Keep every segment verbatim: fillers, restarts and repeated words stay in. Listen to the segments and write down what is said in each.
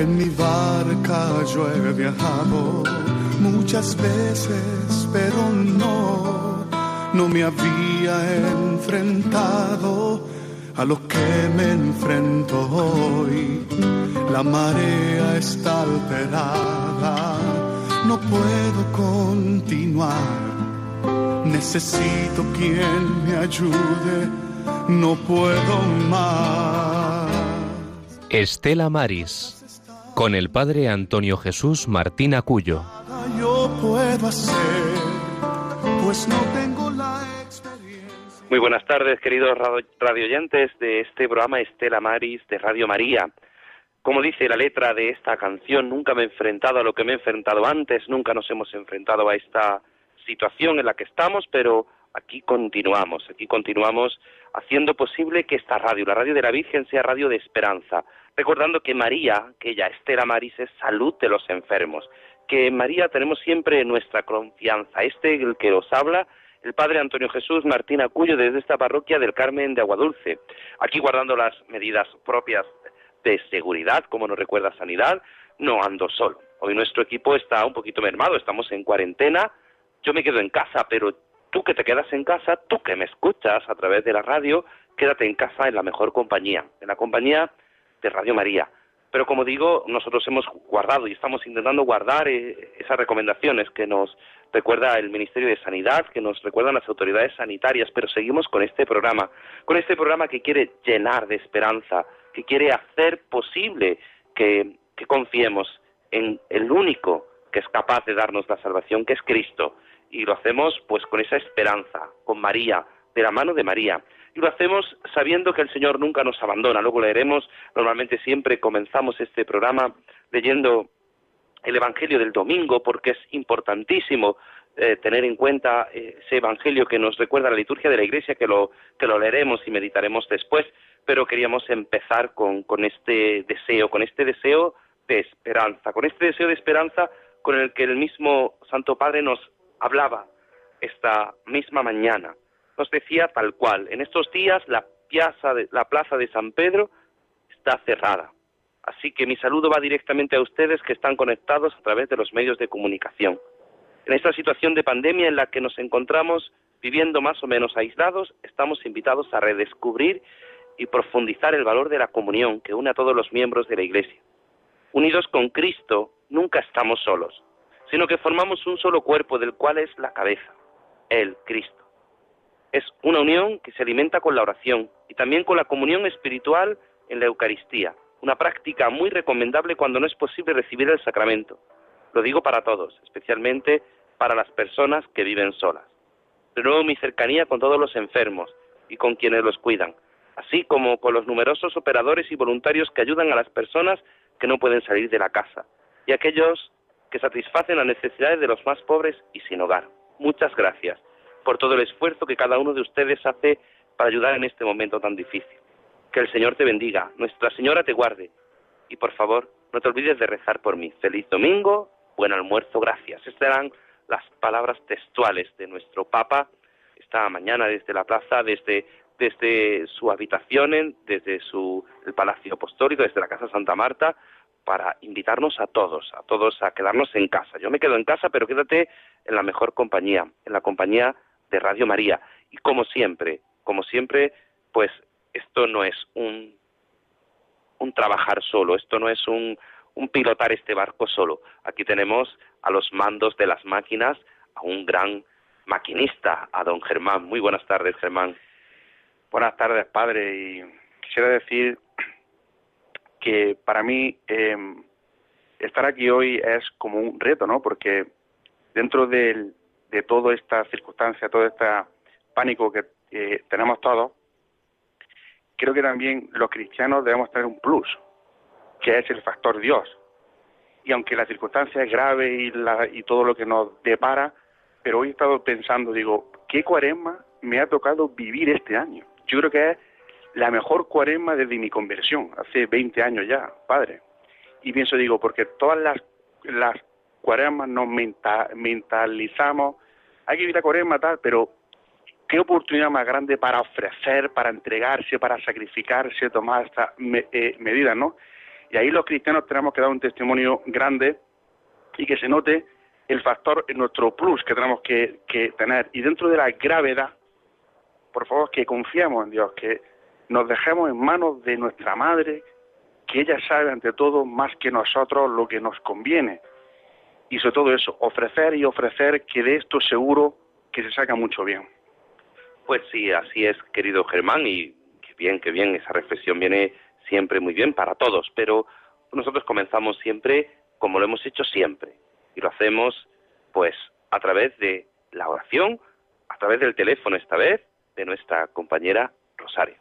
En mi barca yo he viajado muchas veces, pero no, no me había enfrentado a lo que me enfrento hoy. La marea está alterada, no puedo continuar. Necesito quien me ayude, no puedo más. Estela Maris, con el padre Antonio Jesús Martín Acuyo. Yo puedo hacer, pues no tengo la experiencia. Muy buenas tardes, queridos radioyentes de este programa Estela Maris de Radio María. Como dice la letra de esta canción, nunca me he enfrentado a lo que me he enfrentado antes, nunca nos hemos enfrentado a esta situación en la que estamos, pero aquí continuamos, aquí continuamos haciendo posible que esta radio, la radio de la Virgen, sea radio de esperanza, recordando que María, que ella, Estela Maris, es salud de los enfermos, que en María tenemos siempre nuestra confianza. Este, el que os habla, el padre Antonio Jesús Martín Acuyo, desde esta parroquia del Carmen de Aguadulce, aquí guardando las medidas propias de seguridad, como nos recuerda Sanidad, no ando solo. Hoy nuestro equipo está un poquito mermado, estamos en cuarentena, yo me quedo en casa, pero tú que te quedas en casa, tú que me escuchas a través de la radio, quédate en casa en la mejor compañía, en la compañía de Radio María. Pero como digo, nosotros hemos guardado y estamos intentando guardar eh, esas recomendaciones que nos recuerda el Ministerio de Sanidad, que nos recuerdan las autoridades sanitarias, pero seguimos con este programa, con este programa que quiere llenar de esperanza, que quiere hacer posible que, que confiemos en el único que es capaz de darnos la salvación, que es Cristo. Y lo hacemos pues con esa esperanza, con María, de la mano de María. Y lo hacemos sabiendo que el Señor nunca nos abandona. Luego leeremos, normalmente siempre comenzamos este programa leyendo el Evangelio del domingo, porque es importantísimo eh, tener en cuenta eh, ese Evangelio que nos recuerda la liturgia de la Iglesia, que lo, que lo leeremos y meditaremos después. Pero queríamos empezar con, con este deseo, con este deseo de esperanza, con este deseo de esperanza con el que el mismo Santo Padre nos hablaba esta misma mañana. Nos decía tal cual: en estos días la plaza de, la plaza de San Pedro está cerrada. Así que mi saludo va directamente a ustedes que están conectados a través de los medios de comunicación. En esta situación de pandemia en la que nos encontramos viviendo más o menos aislados, estamos invitados a redescubrir y profundizar el valor de la comunión que une a todos los miembros de la Iglesia. Unidos con Cristo, nunca estamos solos, sino que formamos un solo cuerpo del cual es la cabeza, Él, Cristo. Es una unión que se alimenta con la oración y también con la comunión espiritual en la Eucaristía, una práctica muy recomendable cuando no es posible recibir el sacramento. Lo digo para todos, especialmente para las personas que viven solas. Renuevo mi cercanía con todos los enfermos y con quienes los cuidan, así como con los numerosos operadores y voluntarios que ayudan a las personas que no pueden salir de la casa y aquellos que satisfacen las necesidades de los más pobres y sin hogar. Muchas gracias por todo el esfuerzo que cada uno de ustedes hace para ayudar en este momento tan difícil. Que el Señor te bendiga, Nuestra Señora te guarde y por favor no te olvides de rezar por mí. Feliz domingo, buen almuerzo, gracias. Estas eran las palabras textuales de nuestro Papa esta mañana desde la plaza, desde, desde su habitación, desde su, el Palacio Apostólico, desde la Casa Santa Marta, para invitarnos a todos, a todos a quedarnos en casa. Yo me quedo en casa, pero quédate en la mejor compañía, en la compañía de Radio María. Y como siempre, como siempre, pues esto no es un, un trabajar solo, esto no es un, un pilotar este barco solo. Aquí tenemos a los mandos de las máquinas a un gran maquinista, a don Germán. Muy buenas tardes, Germán. Buenas tardes, padre. Y quisiera decir que para mí eh, estar aquí hoy es como un reto, ¿no? Porque dentro de, de toda esta circunstancia, todo este pánico que eh, tenemos todos, creo que también los cristianos debemos tener un plus, que es el factor Dios. Y aunque la circunstancia es grave y, la, y todo lo que nos depara, pero hoy he estado pensando, digo, ¿qué cuaresma me ha tocado vivir este año? Yo creo que es la mejor cuaresma desde mi conversión, hace veinte años ya, padre. Y pienso, digo, porque todas las, las cuaresmas nos menta, mentalizamos, hay que vivir la cuaresma tal, pero qué oportunidad más grande para ofrecer, para entregarse, para sacrificarse, tomar estas me, eh, medidas, ¿no? Y ahí los cristianos tenemos que dar un testimonio grande y que se note el factor, nuestro plus que tenemos que, que tener. Y dentro de la gravedad, por favor, que confiemos en Dios, que nos dejemos en manos de nuestra Madre, que ella sabe ante todo más que nosotros lo que nos conviene. Y sobre todo eso, ofrecer y ofrecer, que de esto seguro que se saca mucho bien. Pues sí, así es, querido Germán, y qué bien, qué bien, esa reflexión viene siempre muy bien para todos, pero nosotros comenzamos siempre como lo hemos hecho siempre, y lo hacemos pues a través de la oración, a través del teléfono esta vez, de nuestra compañera Rosario.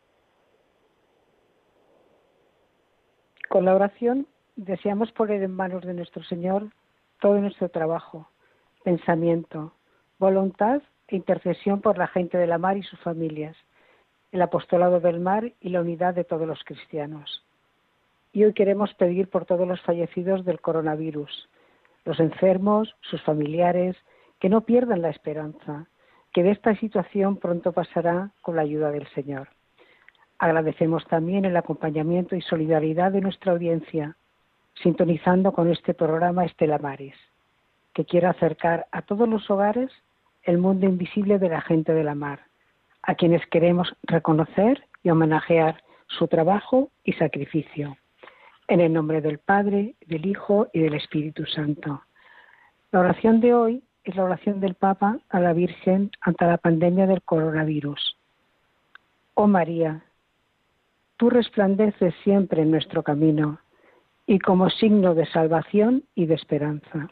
Con la oración deseamos poner en manos de nuestro Señor todo nuestro trabajo, pensamiento, voluntad e intercesión por la gente de la mar y sus familias, el apostolado del mar y la unidad de todos los cristianos. Y hoy queremos pedir por todos los fallecidos del coronavirus, los enfermos, sus familiares, que no pierdan la esperanza, que de esta situación pronto pasará con la ayuda del Señor. Agradecemos también el acompañamiento y solidaridad de nuestra audiencia, sintonizando con este programa Estela Maris, que quiere acercar a todos los hogares el mundo invisible de la gente de la mar, a quienes queremos reconocer y homenajear su trabajo y sacrificio. En el nombre del Padre, del Hijo y del Espíritu Santo. La oración de hoy es la oración del Papa a la Virgen ante la pandemia del coronavirus. Oh María, tú resplandeces siempre en nuestro camino y como signo de salvación y de esperanza.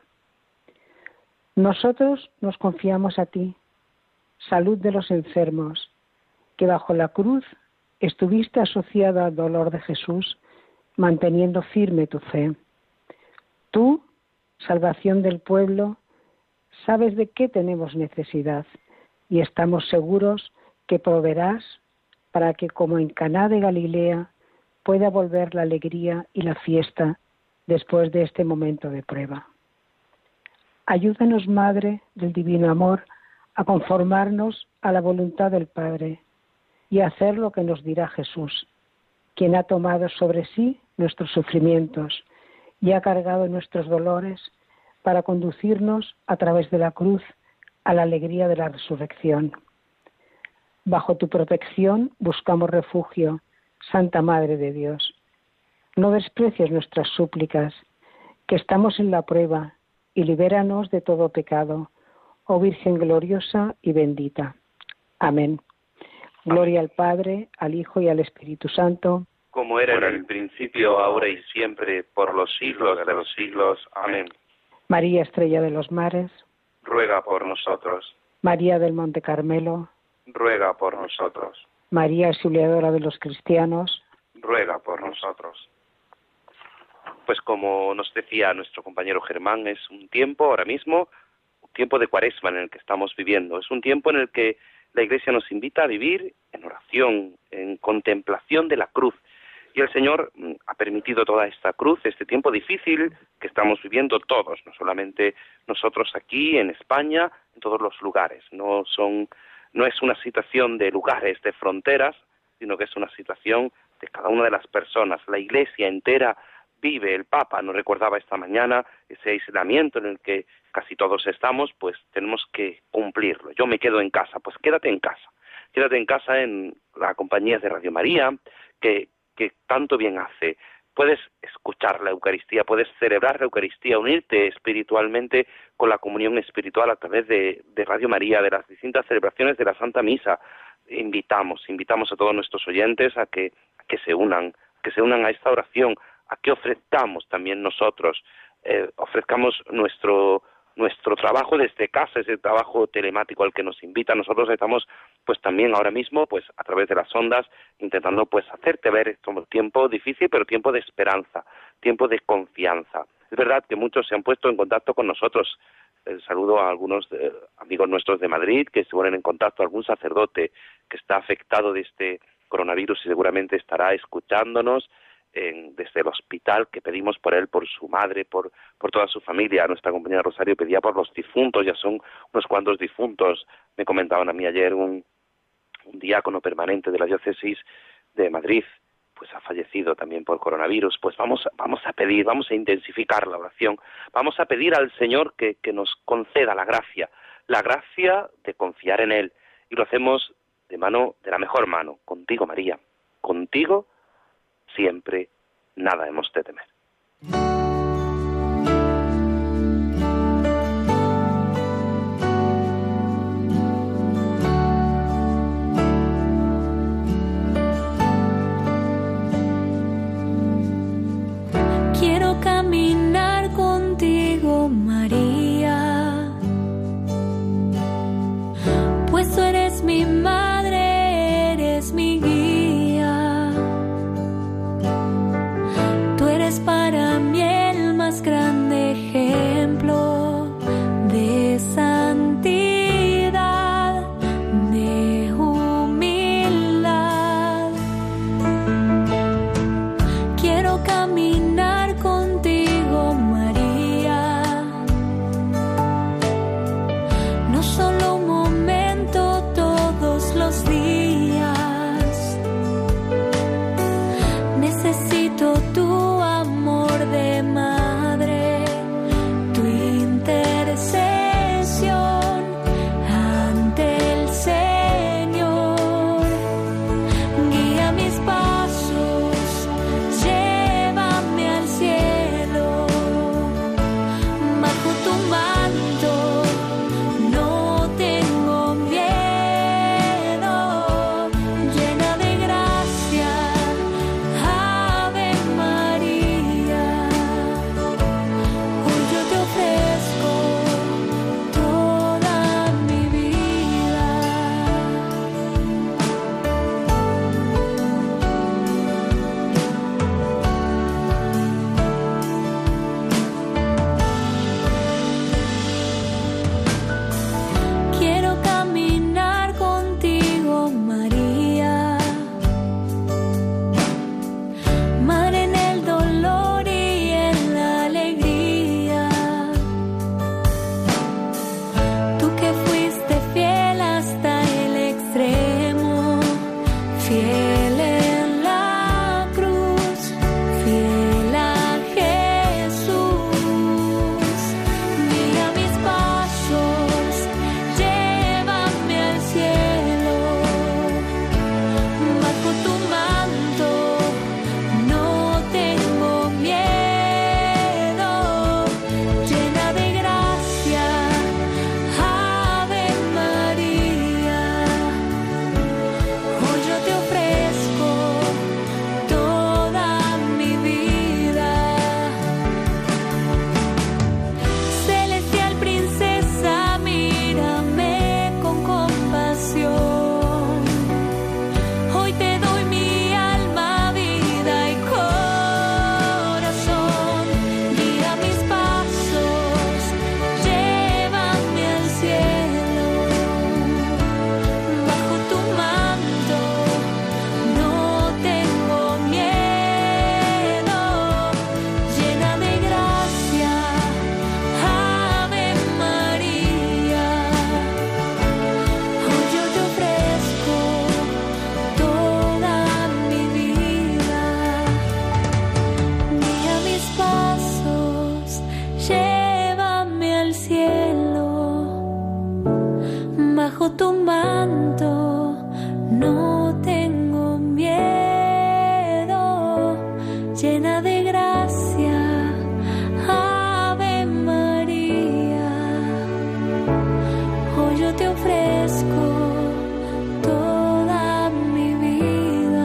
Nosotros nos confiamos a ti, salud de los enfermos, que bajo la cruz estuviste asociada al dolor de Jesús, manteniendo firme tu fe. Tú, salvación del pueblo, sabes de qué tenemos necesidad y estamos seguros que proveerás para que, como en Caná de Galilea, pueda volver la alegría y la fiesta después de este momento de prueba. Ayúdanos, Madre del Divino Amor, a conformarnos a la voluntad del Padre y a hacer lo que nos dirá Jesús, quien ha tomado sobre sí nuestros sufrimientos y ha cargado nuestros dolores para conducirnos a través de la cruz a la alegría de la resurrección. Bajo tu protección buscamos refugio, Santa Madre de Dios. No desprecies nuestras súplicas, que estamos en la prueba, y libéranos de todo pecado, oh Virgen gloriosa y bendita. Amén. Gloria al Padre, al Hijo y al Espíritu Santo, como era en el principio, ahora y siempre, por los siglos de los siglos. Amén. María, Estrella de los Mares, ruega por nosotros. María del Monte Carmelo, ruega por nosotros. María, Auxiliadora de los cristianos, ruega por nosotros. Pues como nos decía nuestro compañero Germán, es un tiempo ahora mismo, un tiempo de Cuaresma en el que estamos viviendo. Es un tiempo en el que la Iglesia nos invita a vivir en oración, en contemplación de la cruz. Y el Señor ha permitido toda esta cruz, este tiempo difícil que estamos viviendo todos, no solamente nosotros aquí en España, en todos los lugares. No son, no es una situación de lugares, de fronteras, sino que es una situación de cada una de las personas. La Iglesia entera vive. El Papa nos recordaba esta mañana ese aislamiento en el que casi todos estamos, pues tenemos que cumplirlo. Yo me quedo en casa, pues quédate en casa. Quédate en casa en la compañía de Radio María, que, que tanto bien hace. Puedes escuchar la Eucaristía, puedes celebrar la Eucaristía, unirte espiritualmente con la comunión espiritual a través de, de Radio María, de las distintas celebraciones de la Santa Misa. Invitamos, invitamos a todos nuestros oyentes a que, a que se unan, que se unan a esta oración, a que ofrezcamos también nosotros, eh, ofrezcamos nuestro nuestro trabajo desde casa, ese trabajo telemático al que nos invita. Nosotros estamos pues también ahora mismo pues a través de las ondas intentando pues hacerte ver esto, tiempo difícil pero tiempo de esperanza, tiempo de confianza. Es verdad que muchos se han puesto en contacto con nosotros. El saludo a algunos de, amigos nuestros de Madrid que se ponen en contacto, algún sacerdote que está afectado de este coronavirus y seguramente estará escuchándonos En, desde el hospital, que pedimos por él, por su madre, por, por toda su familia. Nuestra compañera Rosario pedía por los difuntos, ya son unos cuantos difuntos. Me comentaban a mí ayer un, un diácono permanente de la diócesis de Madrid, pues ha fallecido también por coronavirus, pues vamos, vamos a pedir, vamos a intensificar la oración, vamos a pedir al Señor que, que nos conceda la gracia, la gracia de confiar en Él, y lo hacemos de mano, de la mejor mano, contigo, María, contigo siempre, nada hemos de temer. Quiero caminar contigo, María, pues tú eres mi madre, eres mi guía. Tú eres para mí el más grande ejemplo de santidad, de humildad. Quiero caminar contigo, María, no solo un momento, todos los días. Necesito tu amor de madre, tu intercesión ante el Señor. Guía mis pasos, llévame al cielo, bajo tu manto no tengo miedo, llena de gracia, Ave María. Hoy yo te ofrezco toda mi vida. Quiero caminar contigo, María, madre en el dolor y en la alegría. Tú que fuiste fiel hasta el extremo, fiel en la cruz, fiel a Jesús. Guía mis pasos, llévame al cielo, bajo tu manto no tengo miedo, llena de gracia, Ave María. Hoy yo te ofrezco toda mi vida. Celestial princesa, mírame con compasión. Hoy te doy mi alma, vida y corazón. Guía mis pasos, llévame al cielo, bajo tu manto no tengo miedo, llena de gracia, Ave María. Hoy yo te ofrezco toda mi vida. Guía mis pasos, llévame al cielo, bajo tu manto no tengo miedo, llena de gracia, Ave María. Hoy yo te ofrezco toda mi vida.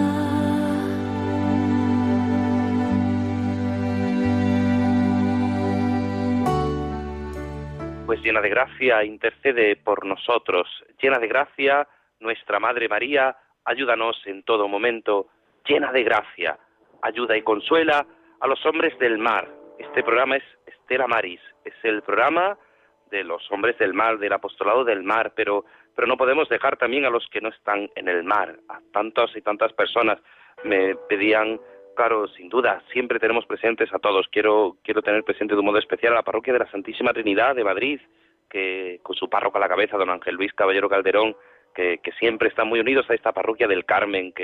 Pues llena de gracia, intercede por nosotros. Llena de gracia, nuestra Madre María, ayúdanos en todo momento. Llena de gracia, ayuda y consuela a los hombres del mar. Este programa es Stella Maris, es el programa de los hombres del mar, del apostolado del mar, pero, pero no podemos dejar también a los que no están en el mar. A tantas y tantas personas me pedían, claro, sin duda, siempre tenemos presentes a todos. Quiero, quiero tener presente de un modo especial a la parroquia de la Santísima Trinidad de Madrid, que con su párroco a la cabeza, don Ángel Luis Caballero Calderón, que, que siempre están muy unidos a esta parroquia del Carmen, que,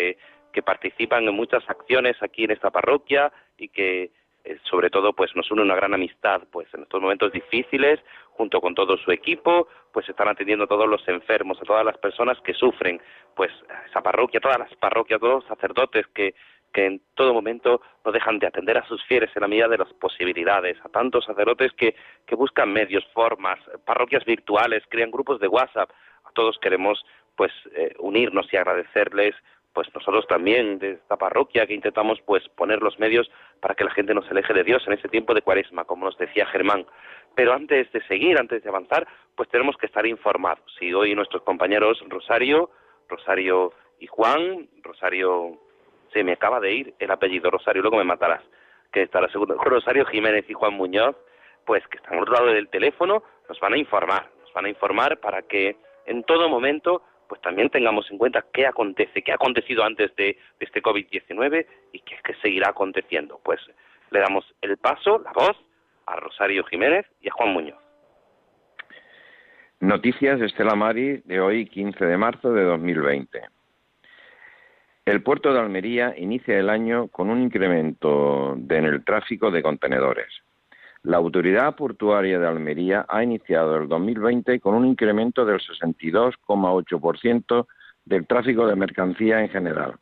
que participan en muchas acciones aquí en esta parroquia y que eh, sobre todo pues nos une una gran amistad pues en estos momentos difíciles, junto con todo su equipo, pues están atendiendo a todos los enfermos, a todas las personas que sufren, pues esa parroquia, todas las parroquias, todos los sacerdotes que que en todo momento no dejan de atender a sus fieles en la medida de las posibilidades, a tantos sacerdotes que, que buscan medios, formas, parroquias virtuales, crean grupos de WhatsApp. A todos queremos pues eh, unirnos y agradecerles, pues nosotros también de esta parroquia que intentamos pues poner los medios para que la gente no se aleje de Dios en este tiempo de Cuaresma, como nos decía Germán. Pero antes de seguir, antes de avanzar, pues tenemos que estar informados. Y hoy nuestros compañeros Rosario, Rosario y Juan, Rosario... Se me acaba de ir el apellido, Rosario, luego me matarás, que está la segunda, Rosario Jiménez y Juan Muñoz, pues que están al otro lado del teléfono, nos van a informar, nos van a informar para que en todo momento pues también tengamos en cuenta qué acontece, qué ha acontecido antes de, de este COVID diecinueve y qué, qué seguirá aconteciendo. Pues le damos el paso, la voz, a Rosario Jiménez y a Juan Muñoz. Noticias de Estela Maris de hoy, quince de marzo de dos mil veinte. El puerto de Almería inicia el año con un incremento de, en el tráfico de contenedores. La Autoridad Portuaria de Almería ha iniciado el dos mil veinte con un incremento del sesenta y dos coma ocho por ciento del tráfico de mercancía en general,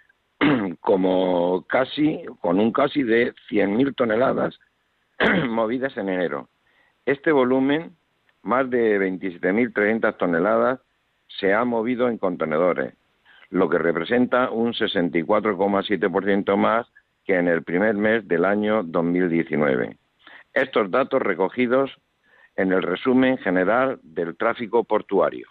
como casi, con un casi de cien mil toneladas movidas en enero. Este volumen, más de veintisiete mil trescientas toneladas, se ha movido en contenedores, lo que representa un sesenta y cuatro coma siete por ciento más que en el primer mes del año dos mil diecinueve. Estos datos recogidos en el resumen general del tráfico portuario.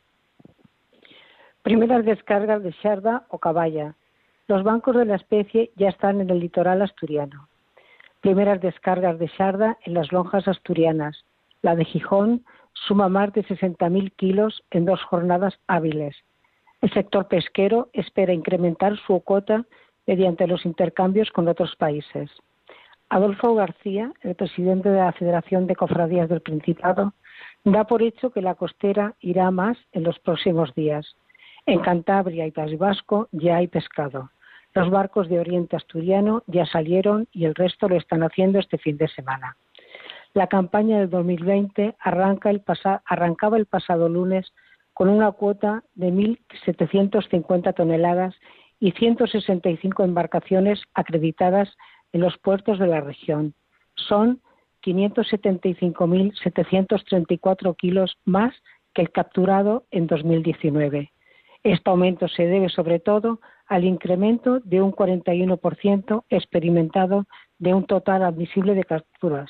Primeras descargas de xarda o caballa. Los bancos de la especie ya están en el litoral asturiano. Primeras descargas de xarda en las lonjas asturianas. La de Gijón suma más de sesenta mil kilos en dos jornadas hábiles. El sector pesquero espera incrementar su cuota mediante los intercambios con otros países. Adolfo García, el presidente de la Federación de Cofradías del Principado, da por hecho que la costera irá más en los próximos días. En Cantabria y País Vasco ya hay pescado. Los barcos de Oriente Asturiano ya salieron y el resto lo están haciendo este fin de semana. La campaña del dos mil veinte arranca el pasa, arrancaba el pasado lunes con una cuota de mil setecientas cincuenta toneladas y ciento sesenta y cinco embarcaciones acreditadas en los puertos de la región. Son quinientos setenta y cinco mil setecientos treinta y cuatro kilos más que el capturado en dos mil diecinueve. Este aumento se debe sobre todo al incremento de un cuarenta y uno por ciento experimentado de un total admisible de capturas.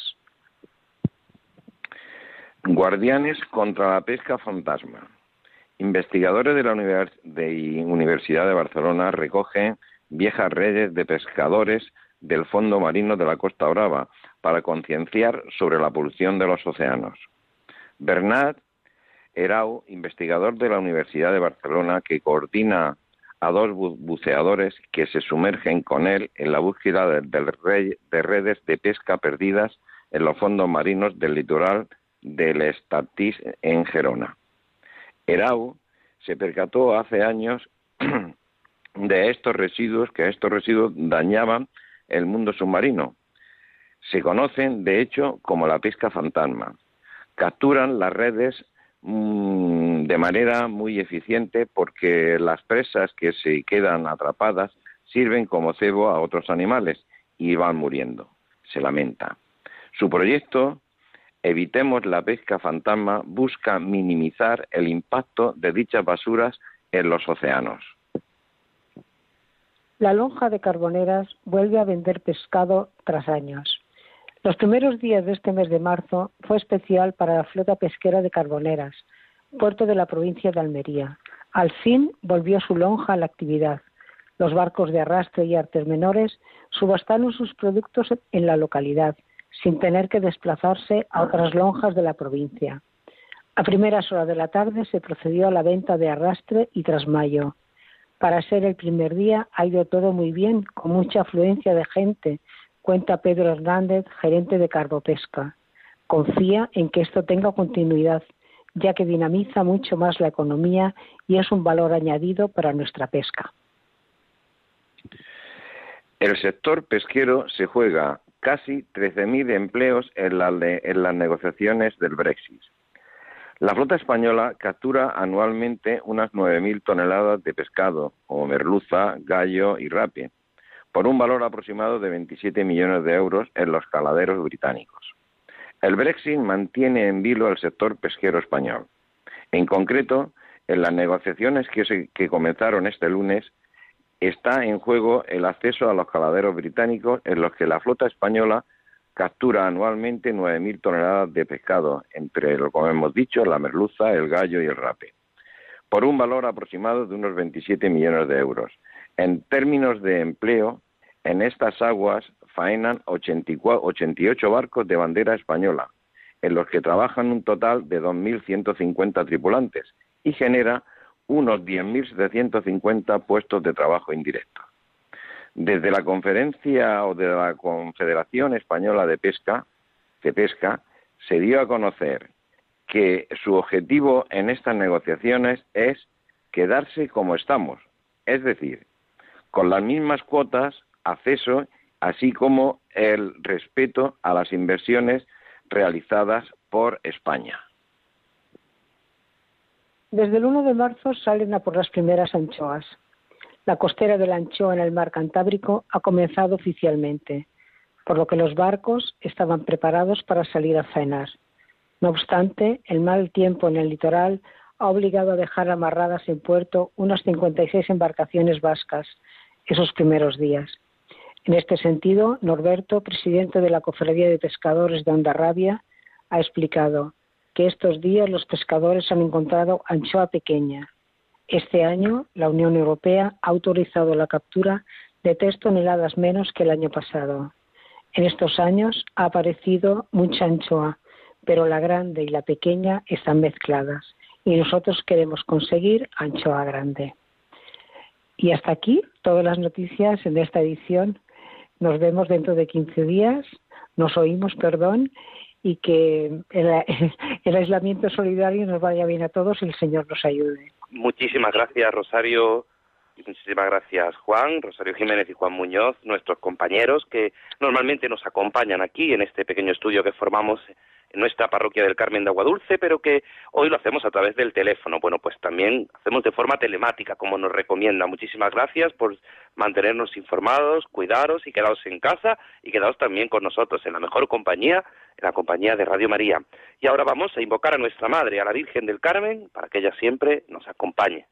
Guardianes contra la pesca fantasma. Investigadores de la Univers- de Universidad de Barcelona recogen viejas redes de pescadores del fondo marino de la Costa Brava para concienciar sobre la polución de los océanos. Bernat Erau, investigador de la Universidad de Barcelona, que coordina a dos bu- buceadores que se sumergen con él en la búsqueda de, de, re- de redes de pesca perdidas en los fondos marinos del litoral del Estartís en Gerona. Erau se percató hace años de estos residuos, que estos residuos dañaban el mundo submarino. Se conocen, de hecho, como la pesca fantasma. Capturan las redes mmm, de manera muy eficiente porque las presas que se quedan atrapadas sirven como cebo a otros animales y van muriendo. Se lamenta. Su proyecto, Evitemos la pesca fantasma, busca minimizar el impacto de dichas basuras en los océanos. La lonja de Carboneras vuelve a vender pescado tras años. Los primeros días de este mes de marzo fue especial para la flota pesquera de Carboneras, puerto de la provincia de Almería. Al fin volvió su lonja a la actividad. Los barcos de arrastre y artes menores subastaron sus productos en la localidad, sin tener que desplazarse a otras lonjas de la provincia. A primeras horas de la tarde se procedió a la venta de arrastre y trasmayo. Para ser el primer día ha ido todo muy bien, con mucha afluencia de gente, cuenta Pedro Hernández, gerente de Carbopesca. Confía en que esto tenga continuidad, ya que dinamiza mucho más la economía y es un valor añadido para nuestra pesca. El sector pesquero se juega casi trece mil empleos en, la, en las negociaciones del Brexit. La flota española captura anualmente unas nueve mil toneladas de pescado, como merluza, gallo y rape, por un valor aproximado de veintisiete millones de euros en los caladeros británicos. El Brexit mantiene en vilo el sector pesquero español. En concreto, en las negociaciones que, se, que comenzaron este lunes, está en juego el acceso a los caladeros británicos en los que la flota española captura anualmente nueve mil toneladas de pescado, entre, como hemos dicho, la merluza, el gallo y el rape, por un valor aproximado de unos veintisiete millones de euros. En términos de empleo, en estas aguas faenan ochenta y ocho barcos de bandera española, en los que trabajan un total de dos mil ciento cincuenta tripulantes y genera unos diez mil setecientos cincuenta puestos de trabajo indirectos. Desde la conferencia o de la Confederación Española de Pesca, de Pesca, se dio a conocer que su objetivo en estas negociaciones es quedarse como estamos, es decir, con las mismas cuotas, acceso, así como el respeto a las inversiones realizadas por España. Desde el uno de marzo salen a por las primeras anchoas. La costera de la anchoa en el mar Cantábrico ha comenzado oficialmente, por lo que los barcos estaban preparados para salir a faenar. No obstante, el mal tiempo en el litoral ha obligado a dejar amarradas en puerto unas cincuenta y seis embarcaciones vascas esos primeros días. En este sentido, Norberto, presidente de la Cofradía de Pescadores de Hondarribia, ha explicado que estos días los pescadores han encontrado anchoa pequeña. Este año, la Unión Europea ha autorizado la captura de tres toneladas menos que el año pasado. En estos años ha aparecido mucha anchoa, pero la grande y la pequeña están mezcladas y nosotros queremos conseguir anchoa grande. Y hasta aquí todas las noticias en esta edición. Nos vemos dentro de quince días, nos oímos, perdón, y que el, el aislamiento solidario nos vaya bien a todos y el Señor nos ayude. Muchísimas gracias, Rosario. Muchísimas gracias, Juan, Rosario Jiménez y Juan Muñoz, nuestros compañeros que normalmente nos acompañan aquí en este pequeño estudio que formamos en nuestra parroquia del Carmen de Aguadulce, pero que hoy lo hacemos a través del teléfono. Bueno, pues también hacemos de forma telemática, como nos recomienda. Muchísimas gracias por mantenernos informados, cuidaros y quedaos en casa y quedaos también con nosotros en la mejor compañía, en la compañía de Radio María. Y ahora vamos a invocar a nuestra Madre, a la Virgen del Carmen, para que ella siempre nos acompañe.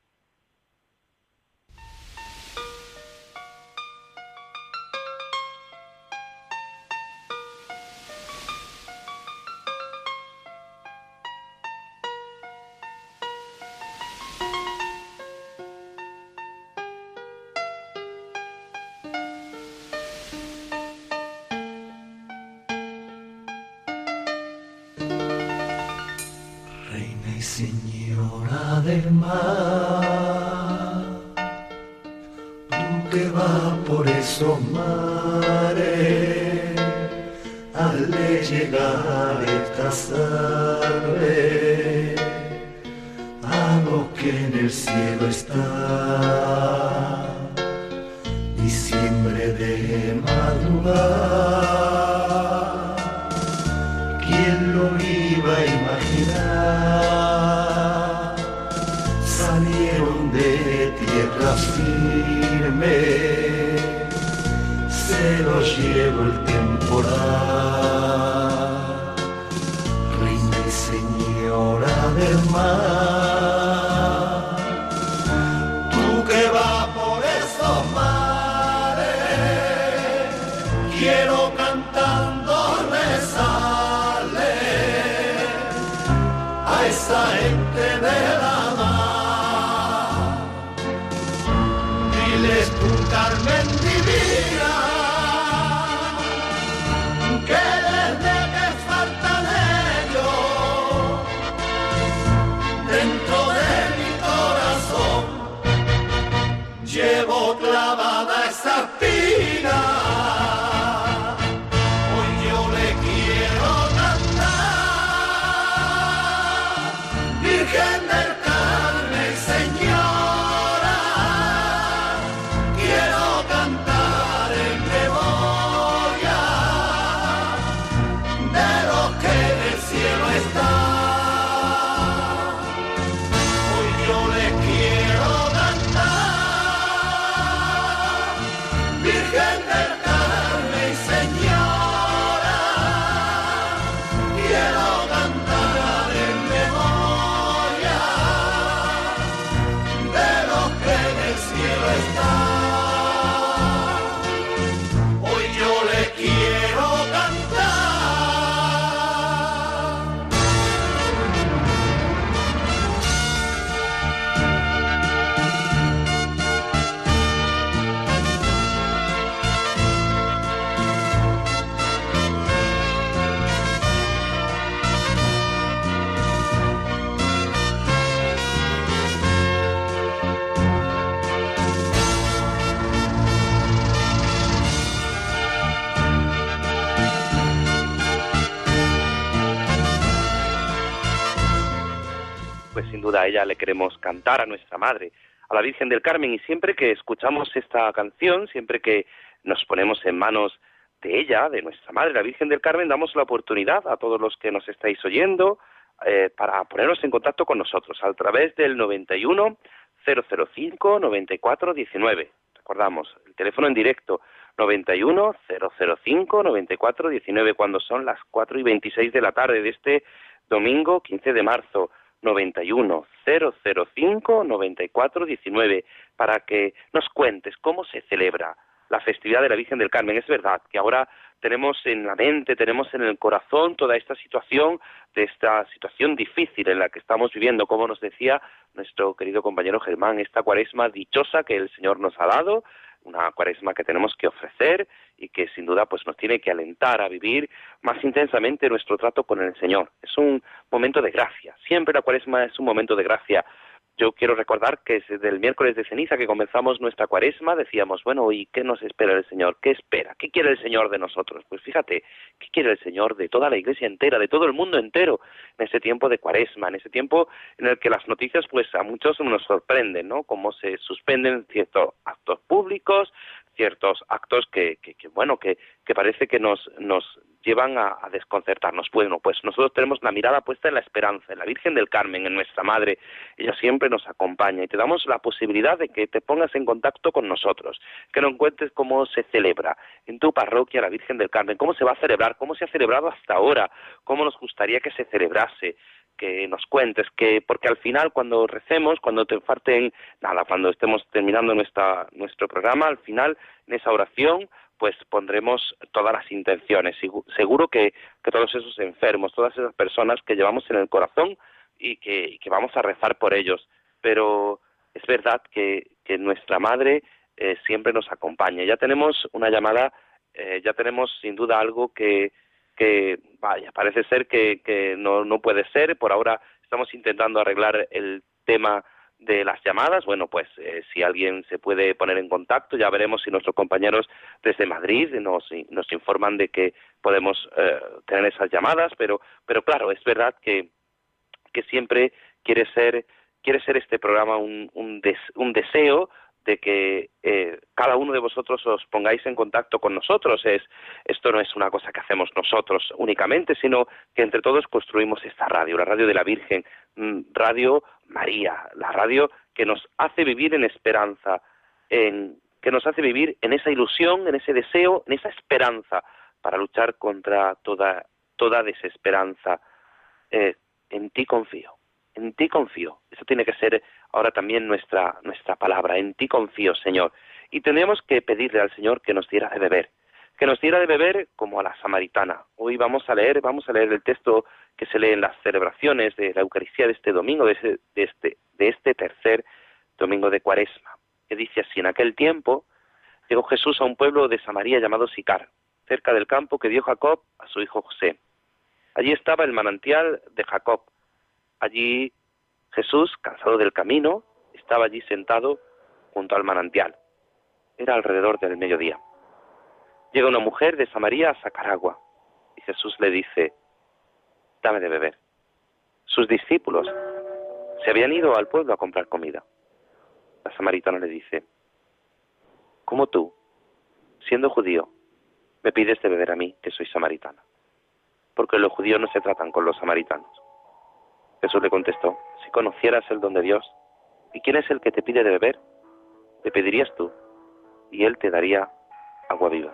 Señora del mar, tú que vas por esos mares, hazle llegar estas aves a los que en el cielo están, y siempre de madrugada, ¿quién lo iba a imaginar? Salieron de tierra firme, se los llevó el temporal. Reina y señora del mar, tú que vas por esos mares, quiero cantando rezarle a esa gente de la Carmen divina, que desde que faltan ellos dentro de mi corazón llevo clavada esa espina sin duda a ella le queremos cantar, a nuestra Madre, a la Virgen del Carmen, y siempre que escuchamos esta canción, siempre que nos ponemos en manos de ella, de nuestra Madre, la Virgen del Carmen, damos la oportunidad a todos los que nos estáis oyendo eh, para ponernos en contacto con nosotros a través del noventa y uno, cero cero cinco, noventa y cuatro, diecinueve. Recordamos, el teléfono en directo, noventa y uno, cero cero cinco, noventa y cuatro, diecinueve, cuando son las cuatro y veintiséis de la tarde de este domingo quince de marzo, noventa y uno, cero cero cinco, noventa y cuatro, diecinueve, para que nos cuentes cómo se celebra la festividad de la Virgen del Carmen. Es verdad que ahora tenemos en la mente, tenemos en el corazón toda esta situación, de esta situación difícil en la que estamos viviendo, como nos decía nuestro querido compañero Germán, esta cuaresma dichosa que el Señor nos ha dado, una cuaresma que tenemos que ofrecer y que sin duda pues nos tiene que alentar a vivir más intensamente nuestro trato con el Señor. Es un momento de gracia, siempre la cuaresma es un momento de gracia. Yo quiero recordar que desde el miércoles de ceniza que comenzamos nuestra cuaresma decíamos, bueno, ¿y qué nos espera el Señor? ¿Qué espera? ¿Qué quiere el Señor de nosotros? Pues fíjate, ¿qué quiere el Señor de toda la Iglesia entera, de todo el mundo entero, en ese tiempo de cuaresma, en ese tiempo en el que las noticias pues a muchos nos sorprenden, ¿no? Cómo se suspenden ciertos actos públicos, ciertos actos que, que, que bueno, que, que parece que nos, nos llevan a, a desconcertarnos. Bueno, pues nosotros tenemos la mirada puesta en la esperanza, en la Virgen del Carmen, en nuestra Madre. Ella siempre nos acompaña y te damos la posibilidad de que te pongas en contacto con nosotros, que nos cuentes cómo se celebra en tu parroquia la Virgen del Carmen, cómo se va a celebrar, cómo se ha celebrado hasta ahora, cómo nos gustaría que se celebrase, que nos cuentes, que porque al final cuando recemos, cuando te falten, nada, cuando estemos terminando nuestra, nuestro programa, al final en esa oración pues pondremos todas las intenciones. Seguro que, que todos esos enfermos, todas esas personas que llevamos en el corazón y que, y que vamos a rezar por ellos. Pero es verdad que, que nuestra Madre eh, siempre nos acompaña. Ya tenemos una llamada, eh, ya tenemos sin duda algo que, que vaya, parece ser que, que no, no puede ser. Por ahora estamos intentando arreglar el tema de las llamadas. Bueno, pues eh, si alguien se puede poner en contacto, ya veremos si nuestros compañeros desde Madrid nos, nos informan de que podemos eh, tener esas llamadas, pero pero claro, es verdad que, que siempre quiere ser quiere ser este programa un, un, des, un deseo de que eh, cada uno de vosotros os pongáis en contacto con nosotros. Es, esto no es una cosa que hacemos nosotros únicamente, sino que entre todos construimos esta radio, la radio de la Virgen, Radio María, la radio que nos hace vivir en esperanza, en, que nos hace vivir en esa ilusión, en ese deseo, en esa esperanza para luchar contra toda, toda desesperanza. Eh, en ti confío. En ti confío. Eso tiene que ser ahora también nuestra nuestra palabra. En ti confío, Señor. Y tenemos que pedirle al Señor que nos diera de beber. Que nos diera de beber como a la samaritana. Hoy vamos a leer, vamos a leer el texto que se lee en las celebraciones de la Eucaristía de este domingo, de, ese, de, este, de este tercer domingo de Cuaresma. Que dice así: en aquel tiempo llegó Jesús a un pueblo de Samaria llamado Sicar, cerca del campo que dio Jacob a su hijo José. Allí estaba el manantial de Jacob. Allí Jesús, cansado del camino, estaba allí sentado junto al manantial. Era alrededor del mediodía. Llega una mujer de Samaria a sacar agua y Jesús le dice: dame de beber. Sus discípulos se habían ido al pueblo a comprar comida. La samaritana le dice: ¿cómo tú, siendo judío, me pides de beber a mí, que soy samaritana? Porque los judíos no se tratan con los samaritanos. Jesús le contestó: si conocieras el don de Dios, ¿y quién es el que te pide de beber? Le pedirías tú, y él te daría agua viva.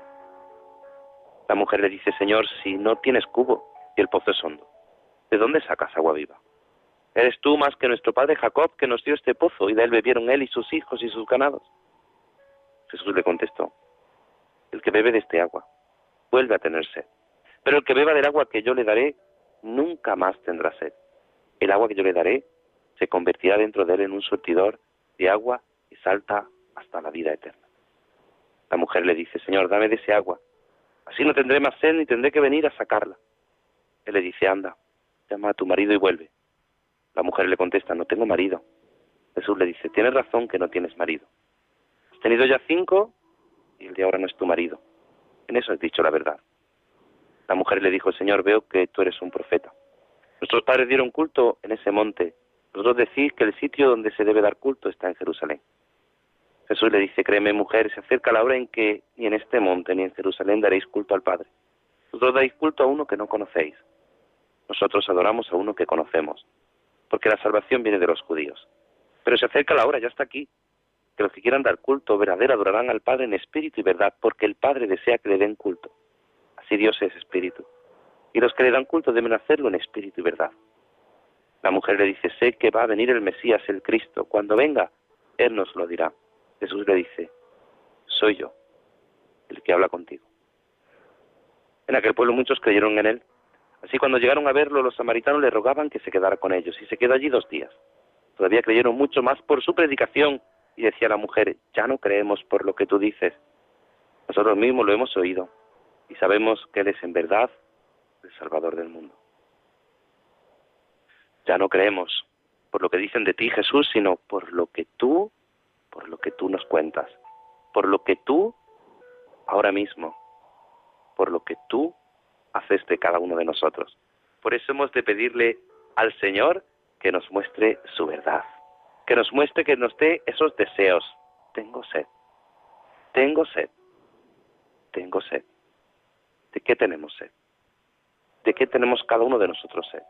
La mujer le dice: Señor, si no tienes cubo y el pozo es hondo, ¿de dónde sacas agua viva? ¿Eres tú más que nuestro padre Jacob, que nos dio este pozo, y de él bebieron él y sus hijos y sus ganados? Jesús le contestó: el que bebe de este agua vuelve a tener sed, pero el que beba del agua que yo le daré nunca más tendrá sed. El agua que yo le daré se convertirá dentro de él en un surtidor de agua y salta hasta la vida eterna. La mujer le dice: Señor, dame de ese agua, así no tendré más sed ni tendré que venir a sacarla. Él le dice: anda, llama a tu marido y vuelve. La mujer le contesta: no tengo marido. Jesús le dice: tienes razón que no tienes marido. Has tenido ya cinco y el de ahora no es tu marido. En eso has dicho la verdad. La mujer le dijo: Señor, veo que tú eres un profeta. Nuestros padres dieron culto en ese monte, Vosotros decís que el sitio donde se debe dar culto está en Jerusalén. Jesús le dice, créeme mujer, se acerca la hora en que ni en este monte ni en Jerusalén daréis culto al Padre. Vosotros dais culto a uno que no conocéis. Nosotros adoramos a uno que conocemos, porque la salvación viene de los judíos. Pero se acerca la hora, ya está aquí, que los que quieran dar culto verdadero adorarán al Padre en espíritu y verdad, porque el Padre desea que le den culto. Así Dios es espíritu. Y los que le dan culto deben hacerlo en espíritu y verdad. La mujer le dice, sé que va a venir el Mesías, el Cristo. Cuando venga, Él nos lo dirá. Jesús le dice, soy yo, el que habla contigo. En aquel pueblo muchos creyeron en Él. Así cuando llegaron a verlo, los samaritanos le rogaban que se quedara con ellos, y se quedó allí dos días. Todavía creyeron mucho más por su predicación, y decía la mujer, ya no creemos por lo que tú dices. Nosotros mismos lo hemos oído, y sabemos que Él es en verdad el Salvador del mundo. Ya no creemos por lo que dicen de ti, Jesús, sino por lo que tú, por lo que tú nos cuentas, por lo que tú, ahora mismo, por lo que tú haces de cada uno de nosotros. Por eso hemos de pedirle al Señor que nos muestre su verdad, que nos muestre, que nos dé esos deseos. Tengo sed, tengo sed, tengo sed. ¿De qué tenemos sed? ¿De qué tenemos cada uno de nosotros sed?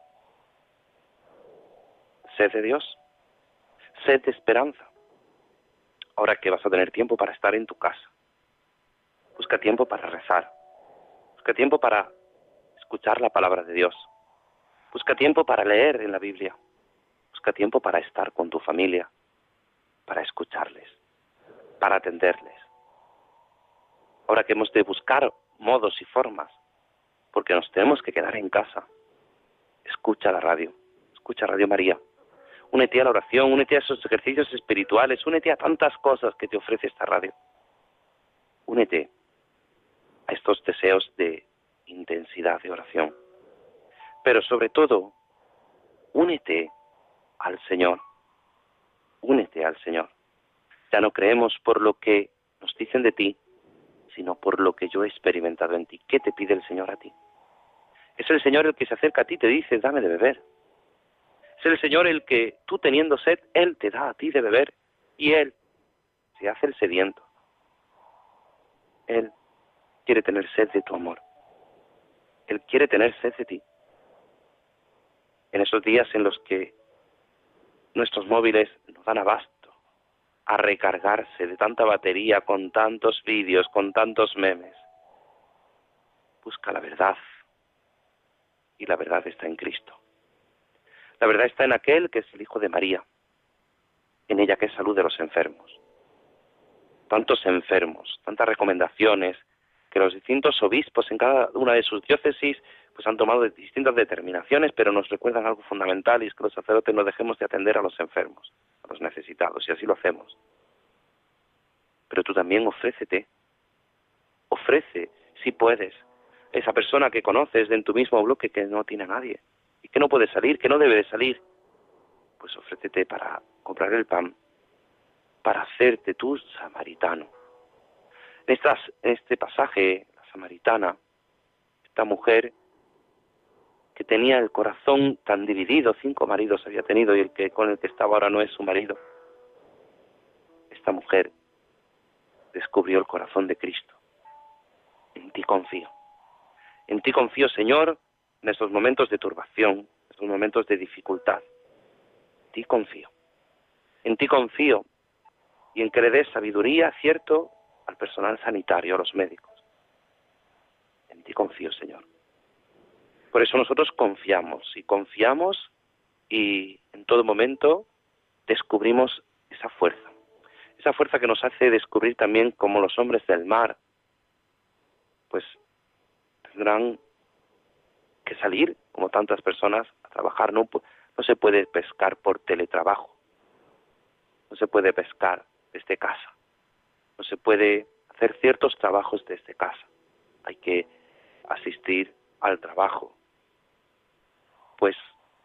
Sed de Dios, sed de esperanza. Ahora que vas a tener tiempo para estar en tu casa, busca tiempo para rezar, busca tiempo para escuchar la palabra de Dios, busca tiempo para leer en la Biblia, busca tiempo para estar con tu familia, para escucharles, para atenderles. Ahora que hemos de buscar modos y formas, porque nos tenemos que quedar en casa, escucha la radio, escucha Radio María. Únete a la oración, únete a esos ejercicios espirituales, únete a tantas cosas que te ofrece esta radio. Únete a estos deseos de intensidad de oración. Pero sobre todo, únete al Señor. Únete al Señor. Ya no creemos por lo que nos dicen de ti, sino por lo que yo he experimentado en ti. ¿Qué te pide el Señor a ti? Es el Señor el que se acerca a ti y te dice, dame de beber. Es el Señor el que, tú teniendo sed, Él te da a ti de beber, y Él se hace el sediento. Él quiere tener sed de tu amor. Él quiere tener sed de ti. En esos días en los que nuestros móviles nos dan abasto a recargarse de tanta batería, con tantos vídeos, con tantos memes, busca la verdad. Y la verdad está en Cristo. La verdad está en aquel que es el Hijo de María, en ella que es salud de los enfermos. Tantos enfermos, tantas recomendaciones, que los distintos obispos en cada una de sus diócesis pues han tomado distintas determinaciones, pero nos recuerdan algo fundamental, y es que los sacerdotes no dejemos de atender a los enfermos, a los necesitados, y así lo hacemos. Pero tú también ofrécete, ofrece, si puedes, a esa persona que conoces de en tu mismo bloque que no tiene a nadie, y que no puede salir, que no debe de salir, pues ofrécete para comprar el pan, para hacerte tú samaritano. En, estas, en este pasaje, la samaritana, esta mujer que tenía el corazón tan dividido, cinco maridos había tenido y el que con el que estaba ahora no es su marido, esta mujer descubrió el corazón de Cristo. En ti confío. En ti confío, Señor, en estos momentos de turbación, en estos momentos de dificultad. En ti confío. En ti confío y en que le des sabiduría, cierto, al personal sanitario, a los médicos. En ti confío, Señor. Por eso nosotros confiamos, y confiamos y en todo momento descubrimos esa fuerza. Esa fuerza que nos hace descubrir también cómo los hombres del mar, pues tendrán que salir, como tantas personas, a trabajar. No, no se puede pescar por teletrabajo, no se puede pescar desde casa, no se puede hacer ciertos trabajos desde casa. Hay que asistir al trabajo. Pues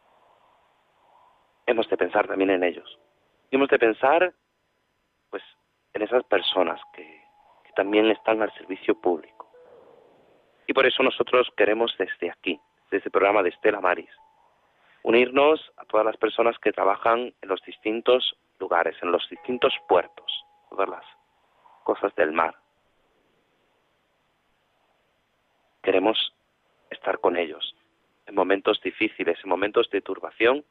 hemos de pensar también en ellos. Y hemos de pensar, pues, en esas personas que, que también están al servicio público. Y por eso nosotros queremos desde aquí, desde el programa de Stella Maris, unirnos a todas las personas que trabajan en los distintos lugares, en los distintos puertos, todas las cosas del mar. Queremos estar con ellos en momentos difíciles, en momentos de turbación.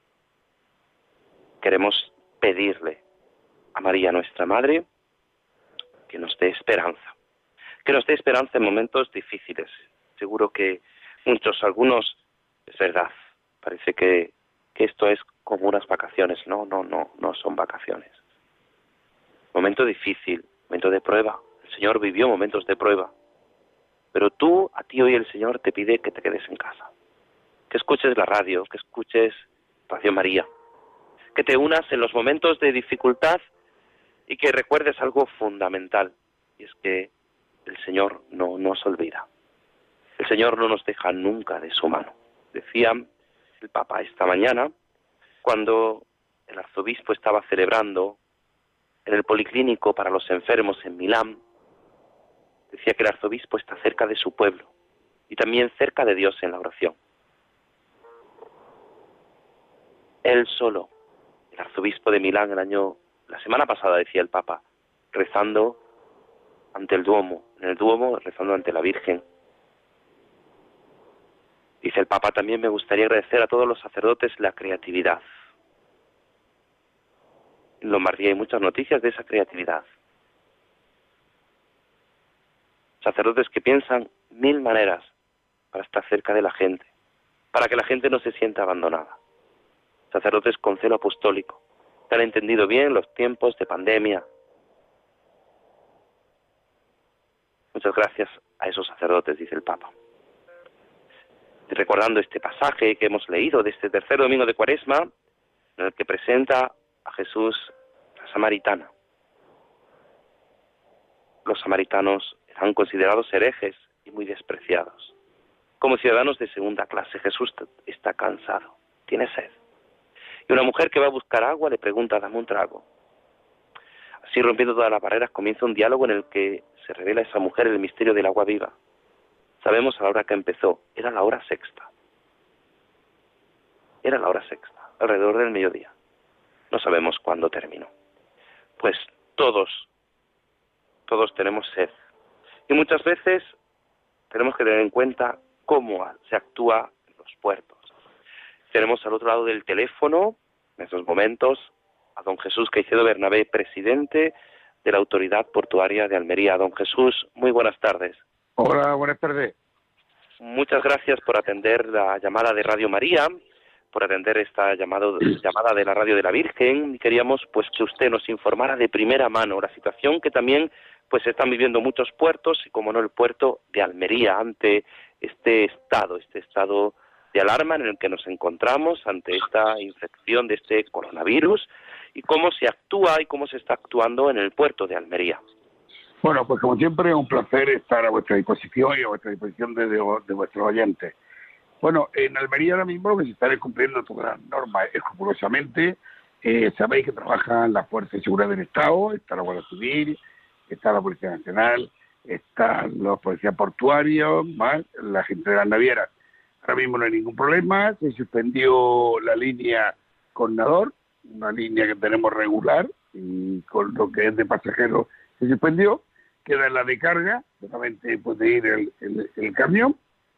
Queremos pedirle a María, nuestra Madre, que nos dé esperanza, que nos dé esperanza en momentos difíciles. Seguro que muchos, algunos, es verdad, parece que, que esto es como unas vacaciones. No, no, no, no son vacaciones. Momento difícil, momento de prueba. El Señor vivió momentos de prueba. Pero tú, a ti hoy el Señor te pide que te quedes en casa, que escuches la radio, que escuches Radio María, que te unas en los momentos de dificultad y que recuerdes algo fundamental, y es que el Señor no nos olvida. El Señor no nos deja nunca de su mano. Decía el Papa esta mañana, cuando el arzobispo estaba celebrando en el policlínico para los enfermos en Milán, decía que el arzobispo está cerca de su pueblo y también cerca de Dios en la oración. Él solo, el arzobispo de Milán, el año, la semana pasada, decía el Papa, rezando ante el Duomo, en el Duomo rezando ante la Virgen. Dice el Papa, también me gustaría agradecer a todos los sacerdotes la creatividad. En Lombardía hay muchas noticias de esa creatividad. Sacerdotes que piensan mil maneras para estar cerca de la gente, para que la gente no se sienta abandonada. Sacerdotes con celo apostólico, que han entendido bien los tiempos de pandemia. Muchas gracias a esos sacerdotes, dice el Papa. Y recordando este pasaje que hemos leído de este tercer domingo de Cuaresma, en el que presenta a Jesús la samaritana. Los samaritanos eran considerados herejes y muy despreciados. Como ciudadanos de segunda clase, Jesús está cansado, tiene sed. Y una mujer que va a buscar agua le pregunta, dame un trago. Así, rompiendo todas las barreras, comienza un diálogo en el que se revela a esa mujer el misterio del agua viva. Sabemos a la hora que empezó, era la hora sexta. Era la hora sexta, alrededor del mediodía. No sabemos cuándo terminó. Pues todos, todos tenemos sed. Y muchas veces tenemos que tener en cuenta cómo se actúa en los puertos. Tenemos al otro lado del teléfono, en estos momentos, a don Jesús Caicedo Bernabé, presidente de la Autoridad Portuaria de Almería. Don Jesús, muy buenas tardes. Hola, buenas tardes. Muchas gracias por atender la llamada de Radio María, por atender esta llamado, llamada de la Radio de la Virgen. Y queríamos pues que usted nos informara de primera mano la situación que también pues están viviendo muchos puertos, y como no el puerto de Almería, ante este estado, este estado de alarma en el que nos encontramos, ante esta infección de este coronavirus, y cómo se actúa y cómo se está actuando en el puerto de Almería. Bueno, pues como siempre es un placer estar a vuestra disposición y a vuestra disposición de, de, de vuestros oyentes. Bueno, en Almería ahora mismo lo que se está es cumpliendo todas las normas escrupulosamente. Eh, sabéis que trabajan las fuerzas de seguridad del Estado, está la Guardia Civil, está la Policía Nacional, están los policías portuarios, más la gente de las navieras. Ahora mismo no hay ningún problema, se suspendió la línea Cornador, una línea que tenemos regular, y con lo que es de pasajeros se suspendió, queda la de carga, solamente puede ir el, el, el camión,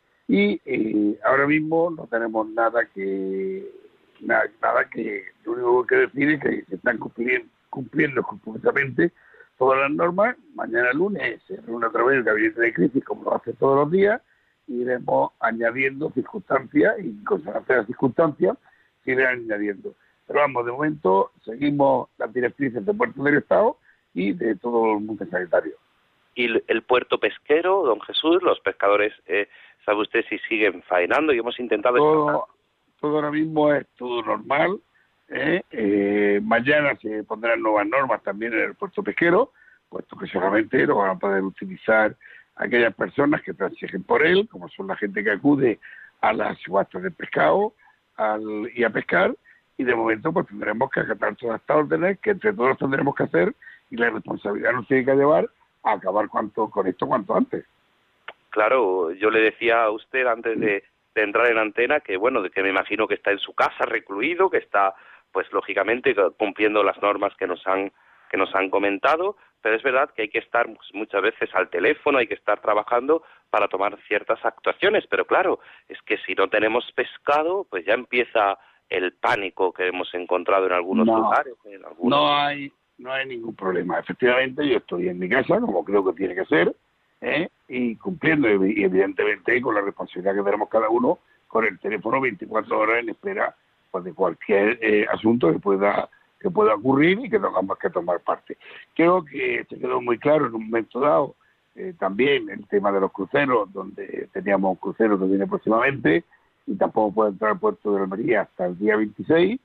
y eh, ahora mismo no tenemos nada que, nada, nada que, lo único que decir es que se están cumpliendo, cumpliendo completamente todas las normas. Mañana lunes se reúne a través del gabinete de crisis, como lo hace todos los días, y iremos añadiendo circunstancias, y con las circunstancias se irán añadiendo. Pero vamos, de momento seguimos las directrices del puerto del Estado y de todo el mundo sanitario. Y el puerto pesquero, don Jesús, los pescadores, eh, sabe usted si siguen faenando, y hemos intentado... Todo, todo ahora mismo es todo normal. ¿eh? Eh, mañana se pondrán nuevas normas también en el puerto pesquero, puesto que solamente lo van a poder utilizar aquellas personas que transigen por él, como son la gente que acude a las subastas de pescado al, y a pescar, y de momento pues tendremos que acatar todas estas órdenes que entre todos tendremos que hacer, y la responsabilidad nos tiene que llevar a acabar cuanto con esto cuanto antes. Claro, yo le decía a usted antes de, de entrar en antena, que bueno, de que me imagino que está en su casa recluido, que está pues lógicamente cumpliendo las normas que nos han que nos han comentado, pero es verdad que hay que estar pues, muchas veces al teléfono, hay que estar trabajando para tomar ciertas actuaciones, pero claro, es que si no tenemos pescado, pues ya empieza el pánico que hemos encontrado en algunos no, lugares. En algunos... No hay no hay ningún problema. Efectivamente, yo estoy en mi casa, como creo que tiene que ser, ¿eh? y cumpliendo, y evidentemente, con la responsabilidad que tenemos cada uno, con el teléfono veinticuatro horas en espera pues, de cualquier eh, asunto que pueda que pueda ocurrir y que tengamos que tomar parte. Creo que se quedó muy claro en un momento dado eh, también el tema de los cruceros, donde teníamos un crucero que viene próximamente y tampoco puede entrar al puerto de Almería hasta el día veintiséis,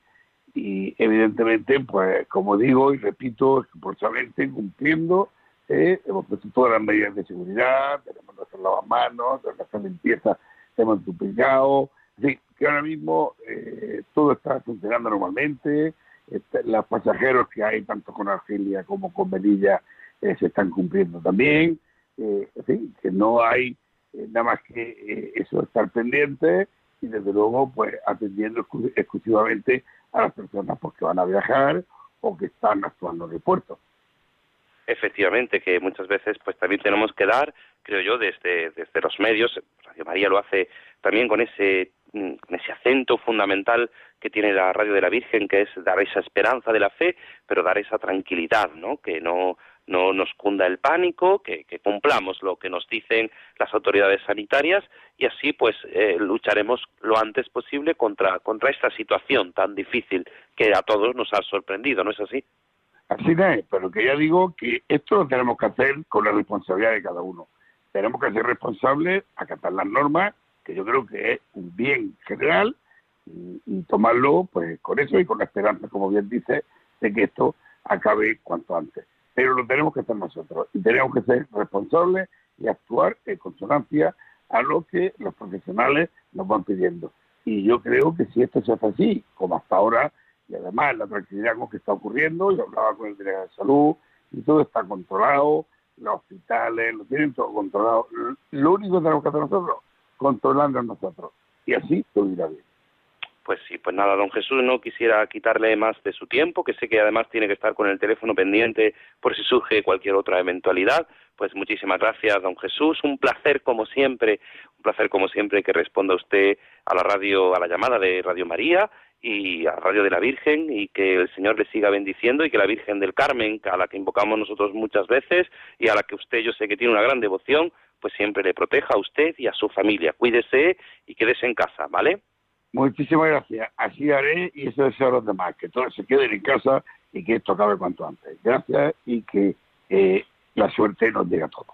y evidentemente, pues como digo y repito, escrupulosamente cumpliendo, eh, hemos puesto todas las medidas de seguridad, tenemos nuestros lavamanos, nuestra limpieza, hemos duplicado, en fin, que ahora mismo eh, todo está funcionando normalmente. Este, los pasajeros que hay tanto con Argelia como con Melilla eh, se están cumpliendo también, eh, en fin, que no hay eh, nada más que eh, eso, estar pendiente y desde luego pues atendiendo exclu- exclusivamente a las personas pues, que van a viajar o que están actuando en el puerto. Efectivamente, que muchas veces pues también tenemos que dar, creo yo, desde desde los medios, Radio María lo hace también con ese con ese acento fundamental que tiene la Radio de la Virgen, que es dar esa esperanza de la fe, pero dar esa tranquilidad, ¿no? Que no no nos cunda el pánico, que, que cumplamos lo que nos dicen las autoridades sanitarias y así pues eh, lucharemos lo antes posible contra contra esta situación tan difícil que a todos nos ha sorprendido, ¿no es así? Así es, pero que ya digo que esto lo tenemos que hacer con la responsabilidad de cada uno. Tenemos que ser responsables, acatar las normas, que yo creo que es un bien general, y, y tomarlo pues con eso y con la esperanza, como bien dice, de que esto acabe cuanto antes. Pero lo tenemos que hacer nosotros y tenemos que ser responsables y actuar en consonancia a lo que los profesionales nos van pidiendo. Y yo creo que si esto se hace así, como hasta ahora, y además la tranquilidad con que está ocurriendo, yo hablaba con el director de salud, y todo está controlado, los hospitales lo tienen todo controlado. Lo único que tenemos que hacer nosotros, controlando a nosotros, y así todo irá bien. Pues sí, pues nada, don Jesús, no quisiera quitarle más de su tiempo, que sé que además tiene que estar con el teléfono pendiente por si surge cualquier otra eventualidad. Pues muchísimas gracias, don Jesús, un placer como siempre, un placer como siempre que responda usted a la radio, a la llamada de Radio María y a Radio de la Virgen, y que el Señor le siga bendiciendo y que la Virgen del Carmen, a la que invocamos nosotros muchas veces y a la que usted yo sé que tiene una gran devoción, pues siempre le proteja a usted y a su familia. Cuídese y quédese en casa, ¿vale? Muchísimas gracias. Así haré y eso deseo a los demás, que todos se queden en casa y que esto acabe cuanto antes. Gracias y que eh, la suerte nos llegue a todos.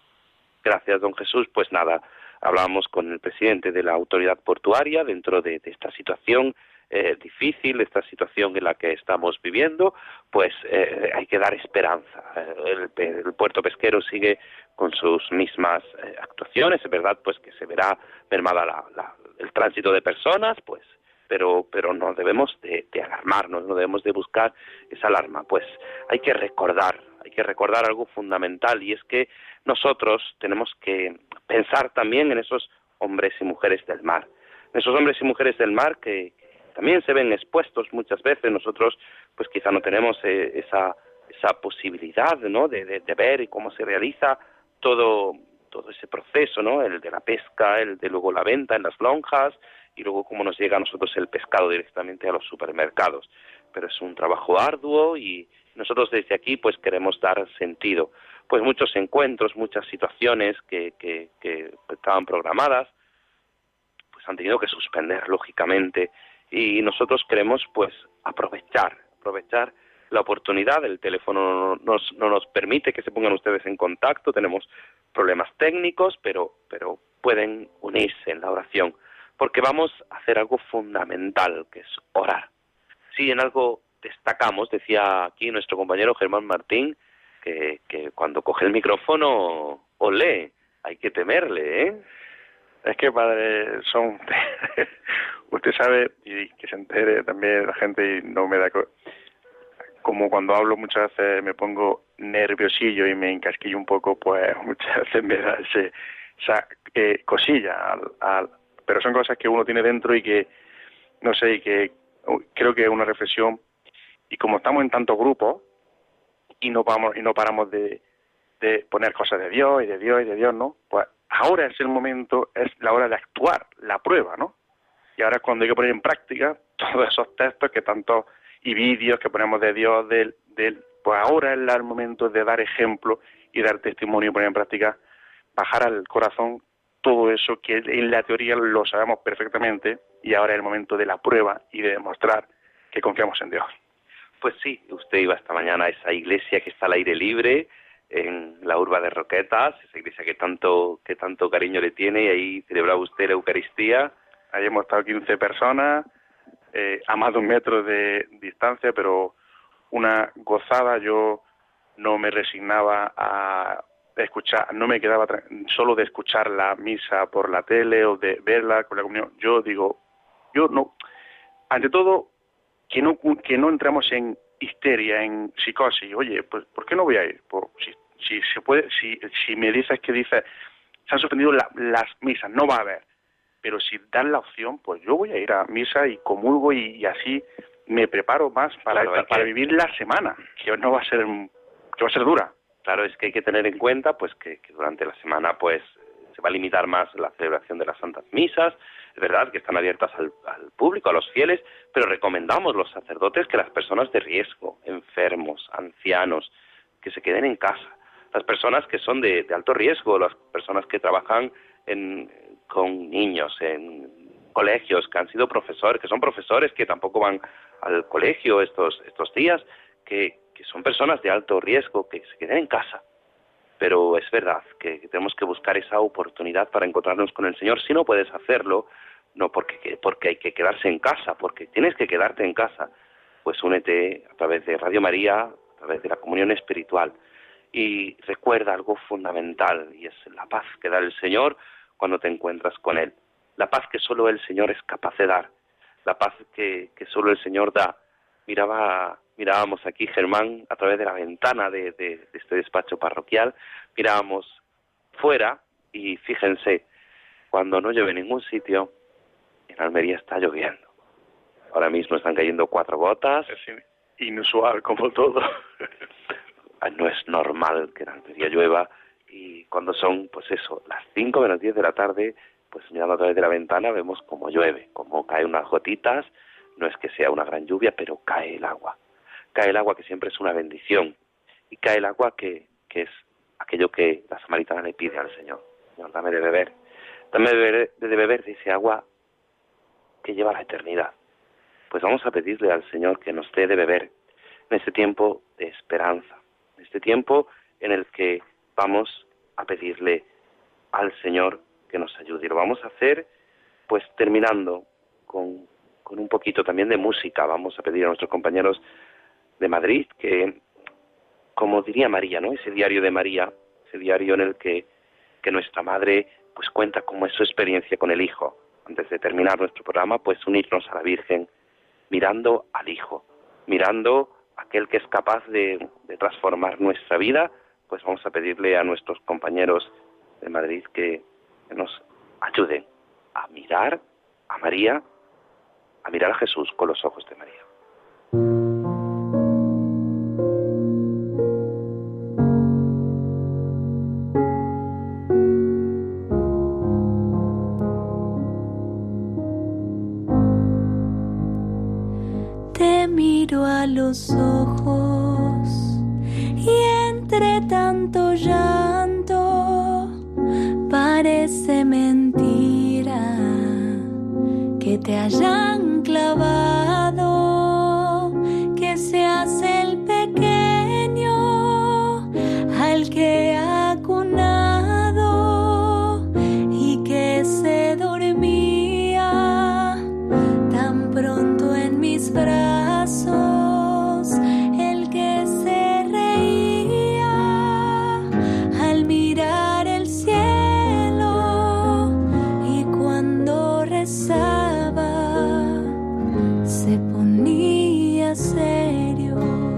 Gracias, don Jesús. Pues nada, hablamos con el presidente de la autoridad portuaria dentro de, de esta situación eh, difícil, esta situación en la que estamos viviendo, pues eh, hay que dar esperanza. El, el puerto pesquero sigue con sus mismas eh, actuaciones, es verdad pues que se verá mermada la, la, el tránsito de personas, pues pero pero no debemos de, de alarmarnos, no debemos de buscar esa alarma, pues hay que recordar, hay que recordar algo fundamental, y es que nosotros tenemos que pensar también en esos hombres y mujeres del mar, en esos hombres y mujeres del mar que, que también se ven expuestos muchas veces. Nosotros pues quizá no tenemos eh, esa esa posibilidad, ¿no?, de, de, de ver cómo se realiza todo todo ese proceso, ¿no?, el de la pesca, el de luego la venta en las lonjas y luego cómo nos llega a nosotros el pescado directamente a los supermercados. Pero es un trabajo arduo y nosotros desde aquí pues queremos dar sentido. Pues muchos encuentros, muchas situaciones que, que, que estaban programadas, pues han tenido que suspender lógicamente, y nosotros queremos pues aprovechar, aprovechar la oportunidad. El teléfono no nos, no nos permite que se pongan ustedes en contacto, tenemos problemas técnicos, pero, pero pueden unirse en la oración, porque vamos a hacer algo fundamental, que es orar. Si en algo destacamos, decía aquí nuestro compañero Germán Martín, que, que cuando coge el micrófono, olé, hay que temerle, ¿eh? Es que, padre, son... Usted sabe, y que se entere también la gente, y no me da... Co... Como cuando hablo muchas veces me pongo nerviosillo y me encasquillo un poco, pues muchas veces me da ese, esa eh, cosilla al, al pero son cosas que uno tiene dentro y que, no sé, y que creo que es una reflexión. Y como estamos en tantos grupos y no vamos y no paramos de, de poner cosas de Dios y de Dios y de Dios, ¿no? Pues ahora es el momento, es la hora de actuar, la prueba, ¿no? Y ahora es cuando hay que poner en práctica todos esos textos que tanto y vídeos que ponemos de Dios, del, del, pues ahora es el momento de dar ejemplo y dar testimonio y poner en práctica, bajar al corazón todo eso que en la teoría lo sabemos perfectamente, y ahora es el momento de la prueba y de demostrar que confiamos en Dios. Pues sí, usted iba esta mañana a esa iglesia que está al aire libre, en la urba de Roquetas, esa iglesia que tanto que tanto cariño le tiene, y ahí celebraba usted la Eucaristía. Ahí hemos estado quince personas, eh, a más de un metro de distancia, pero una gozada. Yo no me resignaba a escuchar, no me quedaba solo de escuchar la misa por la tele o de verla con la comunión. Yo digo, yo no, ante todo, que no que no entramos en histeria, en psicosis. Oye, pues ¿por qué no voy a ir? Por, si, si se puede, si si me dices que dices se han suspendido la, las misas, no va a haber. Pero si dan la opción, pues yo voy a ir a misa y comulgo y, y así me preparo más para, claro, para que... vivir la semana, que no va a ser que va a ser dura. Claro, es que hay que tener en cuenta pues que, que durante la semana pues se va a limitar más la celebración de las santas misas. Es verdad que están abiertas al, al público, a los fieles, pero recomendamos los sacerdotes que las personas de riesgo, enfermos, ancianos, que se queden en casa. Las personas que son de, de alto riesgo, las personas que trabajan en, con niños en colegios, que han sido profesores, que son profesores que tampoco van al colegio estos estos días, que, que son personas de alto riesgo, que se queden en casa. Pero es verdad que, que tenemos que buscar esa oportunidad para encontrarnos con el Señor. Si no puedes hacerlo, no porque, porque hay que quedarse en casa, porque tienes que quedarte en casa, pues únete a través de Radio María, a través de la comunión espiritual. Y recuerda algo fundamental, y es la paz que da el Señor cuando te encuentras con Él. La paz que solo el Señor es capaz de dar, la paz que, que solo el Señor da. Miraba, mirábamos aquí, Germán, a través de la ventana de, de, de este despacho parroquial, mirábamos fuera y fíjense, cuando no llueve en ningún sitio, en Almería está lloviendo. Ahora mismo están cayendo cuatro gotas. Es inusual, como todo. No es normal que en Almería llueva, y cuando son, pues eso, las cinco menos diez de la tarde, pues mirando a través de la ventana vemos cómo llueve, cómo caen unas gotitas. No es que sea una gran lluvia, pero cae el agua. Cae el agua, que siempre es una bendición. Y cae el agua que, que es aquello que la samaritana le pide al Señor. Señor, dame de beber. Dame de beber, de beber de ese agua que lleva a la eternidad. Pues vamos a pedirle al Señor que nos dé de beber en este tiempo de esperanza, en este tiempo en el que vamos a pedirle al Señor que nos ayude. Y lo vamos a hacer pues terminando con, con un poquito también de música. Vamos a pedir a nuestros compañeros de Madrid que, como diría María, ¿no? Ese diario de María, ese diario en el que, que nuestra madre pues cuenta cómo es su experiencia con el Hijo. Antes de terminar nuestro programa, pues unirnos a la Virgen mirando al Hijo, mirando a aquel que es capaz de, de transformar nuestra vida. Pues vamos a pedirle a nuestros compañeros de Madrid que nos ayuden a mirar a María, a mirar a Jesús con los ojos de María. Te miro a los ojos y entre tanto llanto parece mentira que te hayan clavado, que seas el pequeño al que ha cunado y que se dormía tan pronto en mis brazos, el que se reía al mirar el cielo y cuando rezaba se ponía serio.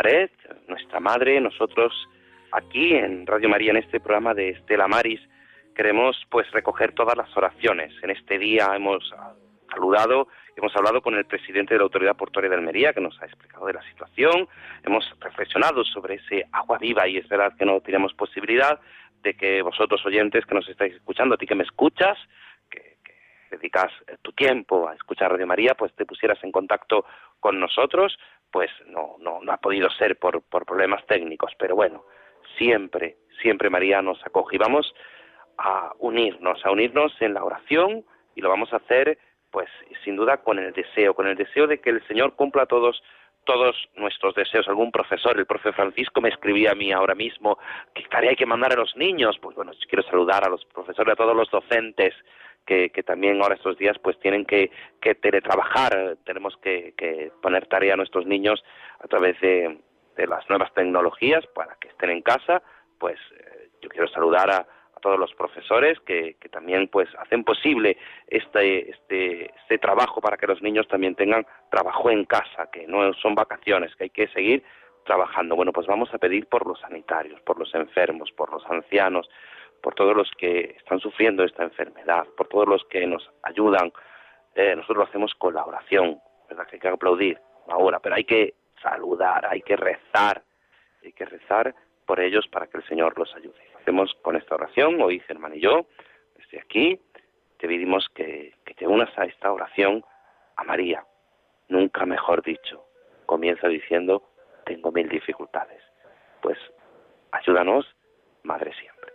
Nazaret, nuestra Madre. Nosotros aquí en Radio María, en este programa de Estela Maris, queremos pues recoger todas las oraciones. En este día hemos saludado, hemos hablado con el presidente de la Autoridad Portuaria de Almería, que nos ha explicado de la situación, hemos reflexionado sobre ese agua viva, y es verdad que no tenemos posibilidad de que vosotros, oyentes que nos estáis escuchando, a ti que me escuchas, que, que dedicas tu tiempo a escuchar Radio María, pues te pusieras en contacto con nosotros. Pues no, no, no ha podido ser por, por problemas técnicos, pero bueno, siempre, siempre María nos acoge, y vamos a unirnos, a unirnos en la oración, y lo vamos a hacer pues sin duda con el deseo, con el deseo de que el Señor cumpla todos todos nuestros deseos. Algún profesor, el profe Francisco, me escribía a mí ahora mismo, ¿qué tarea hay que mandar a los niños? Pues bueno, quiero saludar a los profesores, a todos los docentes que, que también ahora estos días pues tienen que, que teletrabajar, tenemos que, que poner tarea a nuestros niños a través de, de las nuevas tecnologías para que estén en casa. Pues eh, yo quiero saludar a todos los profesores que, que también pues hacen posible este, este, este trabajo para que los niños también tengan trabajo en casa, que no son vacaciones, que hay que seguir trabajando. Bueno, pues vamos a pedir por los sanitarios, por los enfermos, por los ancianos, por todos los que están sufriendo esta enfermedad, por todos los que nos ayudan. Eh, nosotros lo hacemos con la oración, ¿verdad? Que hay que aplaudir ahora, pero hay que saludar, hay que rezar, hay que rezar por ellos para que el Señor los ayude. Hacemos con esta oración, hoy Germán y yo, desde aquí, te pedimos que, que te unas a esta oración a María. Nunca mejor dicho. Comienza diciendo, tengo mil dificultades. Pues ayúdanos, Madre siempre.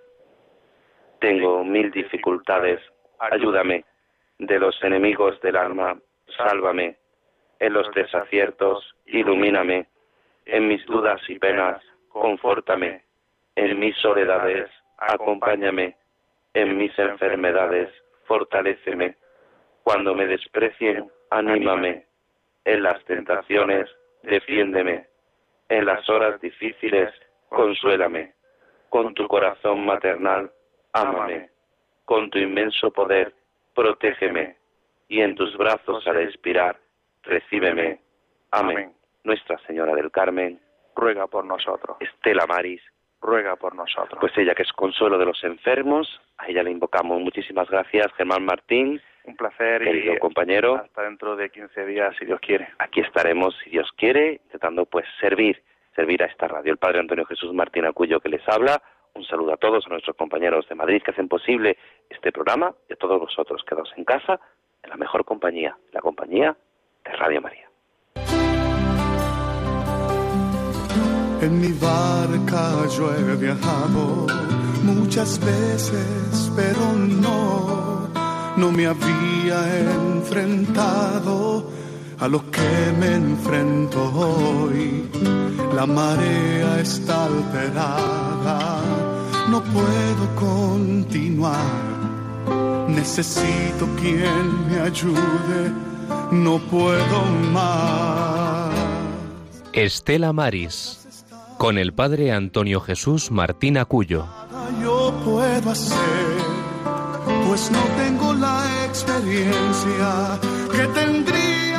Tengo mil dificultades, ayúdame. De los enemigos del alma, sálvame. En los desaciertos, ilumíname. En mis dudas y penas, confórtame. En mis soledades, acompáñame. En mis enfermedades, fortaléceme. Cuando me desprecien, anímame. En las tentaciones, defiéndeme. En las horas difíciles, consuélame. Con tu corazón maternal, ámame. Con tu inmenso poder, protégeme. Y en tus brazos al expirar, recíbeme. Amén. Nuestra Señora del Carmen, ruega por nosotros. Estela Maris, ruega por nosotros. Pues ella que es consuelo de los enfermos, a ella le invocamos. Muchísimas gracias, Germán Martín. Un placer, querido y compañero. Hasta dentro de quince días, si Dios quiere. Aquí estaremos, si Dios quiere, intentando pues servir, servir a esta radio. El Padre Antonio Jesús Martín Acuyo que les habla. Un saludo a todos, a nuestros compañeros de Madrid que hacen posible este programa, y a todos vosotros quedaos en casa, en la mejor compañía, la compañía de Radio María. En mi barca yo he viajado muchas veces, pero no, no me había enfrentado a lo que me enfrento hoy. La marea está alterada, no puedo continuar. Necesito quien me ayude, no puedo más. Estela Maris, con el Padre Antonio Jesús Martín Acuyo. Yo puedo hacer, pues no tengo la experiencia que tendría